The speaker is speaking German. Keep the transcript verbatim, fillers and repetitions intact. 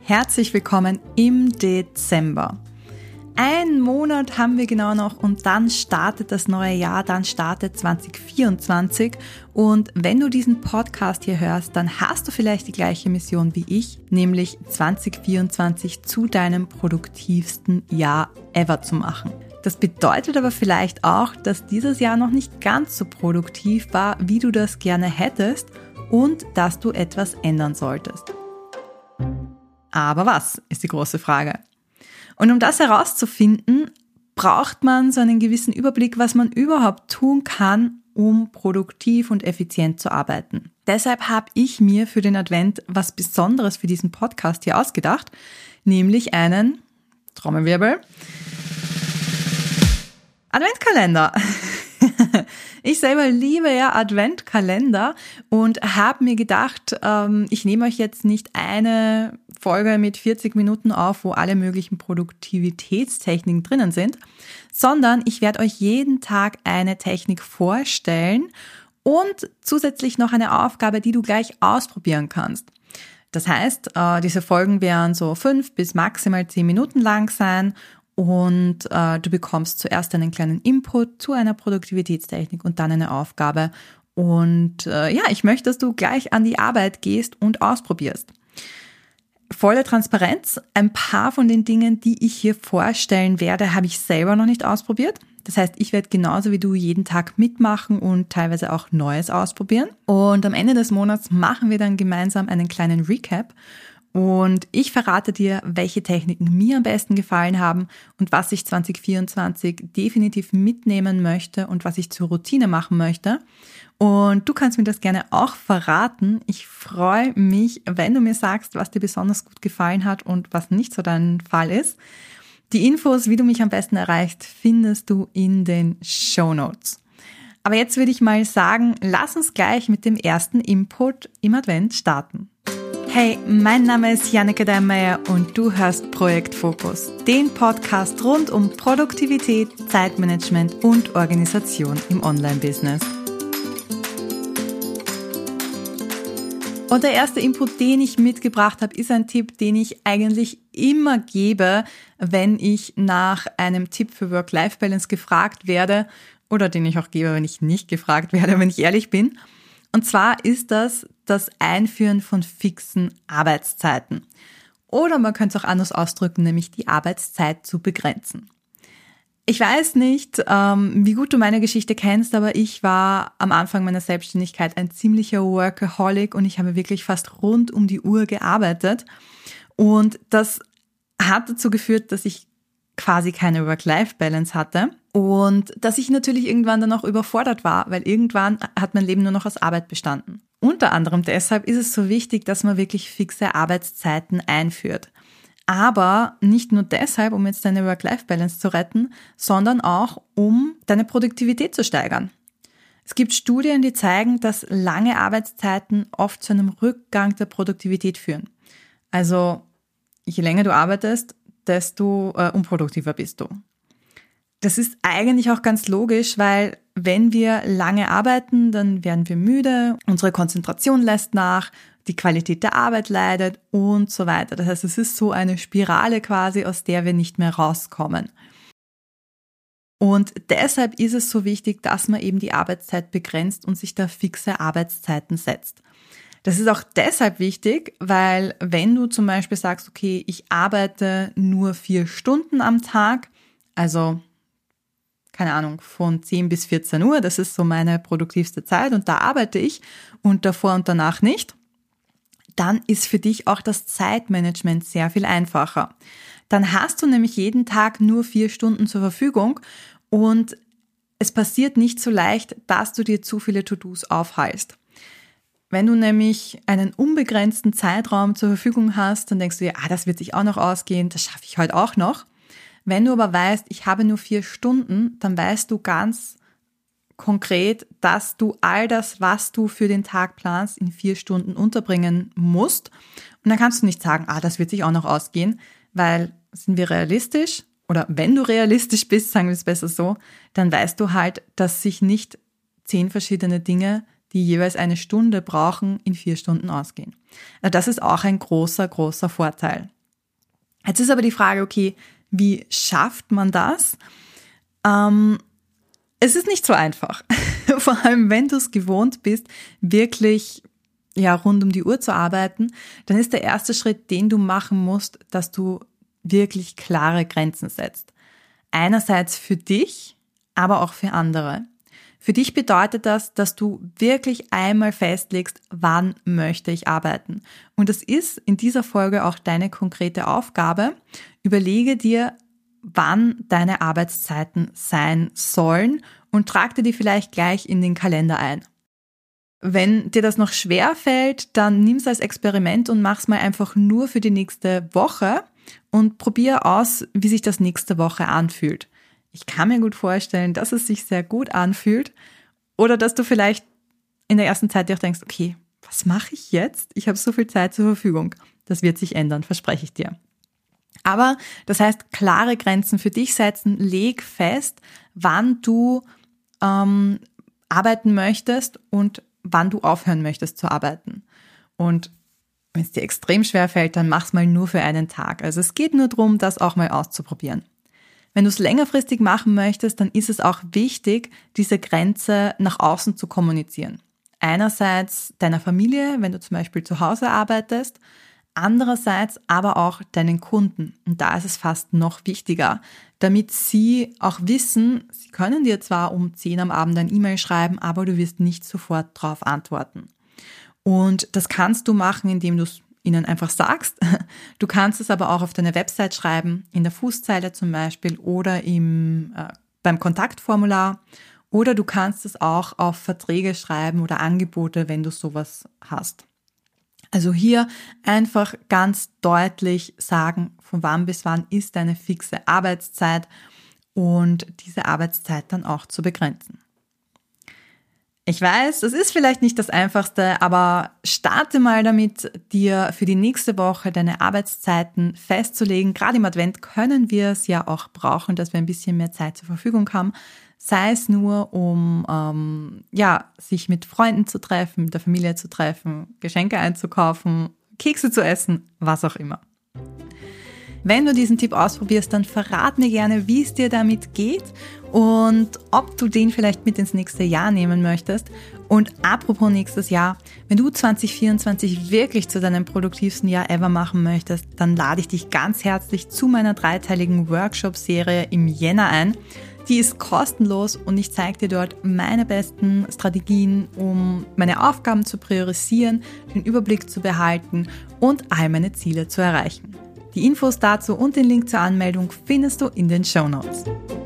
Herzlich willkommen im Dezember. Einen Monat haben wir genau noch und dann startet das neue Jahr, dann startet zwanzig vierundzwanzig und wenn du diesen Podcast hier hörst, dann hast du vielleicht die gleiche Mission wie ich, nämlich zwanzig vierundzwanzig zu deinem produktivsten Jahr ever zu machen. Das bedeutet aber vielleicht auch, dass dieses Jahr noch nicht ganz so produktiv war, wie du das gerne hättest und dass du etwas ändern solltest. Aber was, ist die große Frage. Und um das herauszufinden, braucht man so einen gewissen Überblick, was man überhaupt tun kann, um produktiv und effizient zu arbeiten. Deshalb habe ich mir für den Advent was Besonderes für diesen Podcast hier ausgedacht, nämlich einen, Trommelwirbel, Adventkalender. Ich selber liebe ja Adventkalender und habe mir gedacht, ähm, ich nehme euch jetzt nicht eine Folge mit vierzig Minuten auf, wo alle möglichen Produktivitätstechniken drinnen sind, sondern ich werde euch jeden Tag eine Technik vorstellen und zusätzlich noch eine Aufgabe, die du gleich ausprobieren kannst. Das heißt, äh, diese Folgen werden so fünf bis maximal zehn Minuten lang sein. Und äh, du bekommst zuerst einen kleinen Input zu einer Produktivitätstechnik und dann eine Aufgabe. Und äh, ja, ich möchte, dass du gleich an die Arbeit gehst und ausprobierst. Volle Transparenz, ein paar von den Dingen, die ich hier vorstellen werde, habe ich selber noch nicht ausprobiert. Das heißt, ich werde genauso wie du jeden Tag mitmachen und teilweise auch Neues ausprobieren. Und am Ende des Monats machen wir dann gemeinsam einen kleinen Recap. Und ich verrate dir, welche Techniken mir am besten gefallen haben und was ich zwanzig vierundzwanzig definitiv mitnehmen möchte und was ich zur Routine machen möchte. Und du kannst mir das gerne auch verraten. Ich freue mich, wenn du mir sagst, was dir besonders gut gefallen hat und was nicht so dein Fall ist. Die Infos, wie du mich am besten erreichst, findest du in den Shownotes. Aber jetzt würde ich mal sagen, lass uns gleich mit dem ersten Input im Advent starten. Hey, mein Name ist Janneke Deinmeier und du hörst Projekt Fokus, den Podcast rund um Produktivität, Zeitmanagement und Organisation im Online-Business. Und der erste Input, den ich mitgebracht habe, ist ein Tipp, den ich eigentlich immer gebe, wenn ich nach einem Tipp für Work-Life-Balance gefragt werde oder den ich auch gebe, wenn ich nicht gefragt werde, wenn ich ehrlich bin. Und zwar ist das das Einführen von fixen Arbeitszeiten. Oder man könnte es auch anders ausdrücken, nämlich die Arbeitszeit zu begrenzen. Ich weiß nicht, ähm, wie gut du meine Geschichte kennst, aber ich war am Anfang meiner Selbstständigkeit ein ziemlicher Workaholic und ich habe wirklich fast rund um die Uhr gearbeitet. Und das hat dazu geführt, dass ich quasi keine Work-Life-Balance hatte und dass ich natürlich irgendwann dann auch überfordert war, weil irgendwann hat mein Leben nur noch aus Arbeit bestanden. Unter anderem deshalb ist es so wichtig, dass man wirklich fixe Arbeitszeiten einführt. Aber nicht nur deshalb, um jetzt deine Work-Life-Balance zu retten, sondern auch, um deine Produktivität zu steigern. Es gibt Studien, die zeigen, dass lange Arbeitszeiten oft zu einem Rückgang der Produktivität führen. Also je länger du arbeitest, desto äh, unproduktiver bist du. Das ist eigentlich auch ganz logisch, weil wenn wir lange arbeiten, dann werden wir müde, unsere Konzentration lässt nach, die Qualität der Arbeit leidet und so weiter. Das heißt, es ist so eine Spirale quasi, aus der wir nicht mehr rauskommen. Und deshalb ist es so wichtig, dass man eben die Arbeitszeit begrenzt und sich da fixe Arbeitszeiten setzt. Das ist auch deshalb wichtig, weil wenn du zum Beispiel sagst, okay, ich arbeite nur vier Stunden am Tag, also keine Ahnung, von zehn bis vierzehn Uhr, das ist so meine produktivste Zeit und da arbeite ich und davor und danach nicht, dann ist für dich auch das Zeitmanagement sehr viel einfacher. Dann hast du nämlich jeden Tag nur vier Stunden zur Verfügung und es passiert nicht so leicht, dass du dir zu viele To-Dos aufhalst. Wenn du nämlich einen unbegrenzten Zeitraum zur Verfügung hast, dann denkst du dir, ah, das wird sich auch noch ausgehen, das schaffe ich heute auch noch. Wenn du aber weißt, ich habe nur vier Stunden, dann weißt du ganz konkret, dass du all das, was du für den Tag planst, in vier Stunden unterbringen musst. Und dann kannst du nicht sagen, ah, das wird sich auch noch ausgehen, weil sind wir realistisch? Oder wenn du realistisch bist, sagen wir es besser so, dann weißt du halt, dass sich nicht zehn verschiedene Dinge, die jeweils eine Stunde brauchen, in vier Stunden ausgehen. Also das ist auch ein großer, großer Vorteil. Jetzt ist aber die Frage, okay, wie schafft man das? Ähm, es ist nicht so einfach. Vor allem, wenn du es gewohnt bist, wirklich ja, rund um die Uhr zu arbeiten, dann ist der erste Schritt, den du machen musst, dass du wirklich klare Grenzen setzt. Einerseits für dich, aber auch für andere. Für dich bedeutet das, dass du wirklich einmal festlegst, wann möchte ich arbeiten. Und das ist in dieser Folge auch deine konkrete Aufgabe. Überlege dir, wann deine Arbeitszeiten sein sollen und trag dir die vielleicht gleich in den Kalender ein. Wenn dir das noch schwer fällt, dann nimm es als Experiment und mach's mal einfach nur für die nächste Woche und probier aus, wie sich das nächste Woche anfühlt. Ich kann mir gut vorstellen, dass es sich sehr gut anfühlt oder dass du vielleicht in der ersten Zeit dir auch denkst, okay, was mache ich jetzt? Ich habe so viel Zeit zur Verfügung. Das wird sich ändern, verspreche ich dir. Aber das heißt, klare Grenzen für dich setzen, leg fest, wann du ähm, arbeiten möchtest und wann du aufhören möchtest zu arbeiten. Und wenn es dir extrem schwer fällt, dann mach's mal nur für einen Tag. Also es geht nur darum, das auch mal auszuprobieren. Wenn du es längerfristig machen möchtest, dann ist es auch wichtig, diese Grenze nach außen zu kommunizieren. Einerseits deiner Familie, wenn du zum Beispiel zu Hause arbeitest, andererseits aber auch deinen Kunden. Und da ist es fast noch wichtiger, damit sie auch wissen, sie können dir zwar um zehn am Abend ein E-Mail schreiben, aber du wirst nicht sofort darauf antworten. Und das kannst du machen, indem du es ihnen einfach sagst. Du kannst es aber auch auf deine Website schreiben, in der Fußzeile zum Beispiel oder im, äh, beim Kontaktformular. Oder du kannst es auch auf Verträge schreiben oder Angebote, wenn du sowas hast. Also hier einfach ganz deutlich sagen, von wann bis wann ist deine fixe Arbeitszeit und diese Arbeitszeit dann auch zu begrenzen. Ich weiß, das ist vielleicht nicht das Einfachste, aber starte mal damit, dir für die nächste Woche deine Arbeitszeiten festzulegen. Gerade im Advent können wir es ja auch brauchen, dass wir ein bisschen mehr Zeit zur Verfügung haben. Sei es nur, um ähm, ja, sich mit Freunden zu treffen, mit der Familie zu treffen, Geschenke einzukaufen, Kekse zu essen, was auch immer. Wenn du diesen Tipp ausprobierst, dann verrat mir gerne, wie es dir damit geht und ob du den vielleicht mit ins nächste Jahr nehmen möchtest. Und apropos nächstes Jahr, wenn du zwanzig vierundzwanzig wirklich zu deinem produktivsten Jahr ever machen möchtest, dann lade ich dich ganz herzlich zu meiner dreiteiligen Workshop-Serie im Jänner ein. Die ist kostenlos und ich zeige dir dort meine besten Strategien, um meine Aufgaben zu priorisieren, den Überblick zu behalten und all meine Ziele zu erreichen. Die Infos dazu und den Link zur Anmeldung findest du in den Shownotes.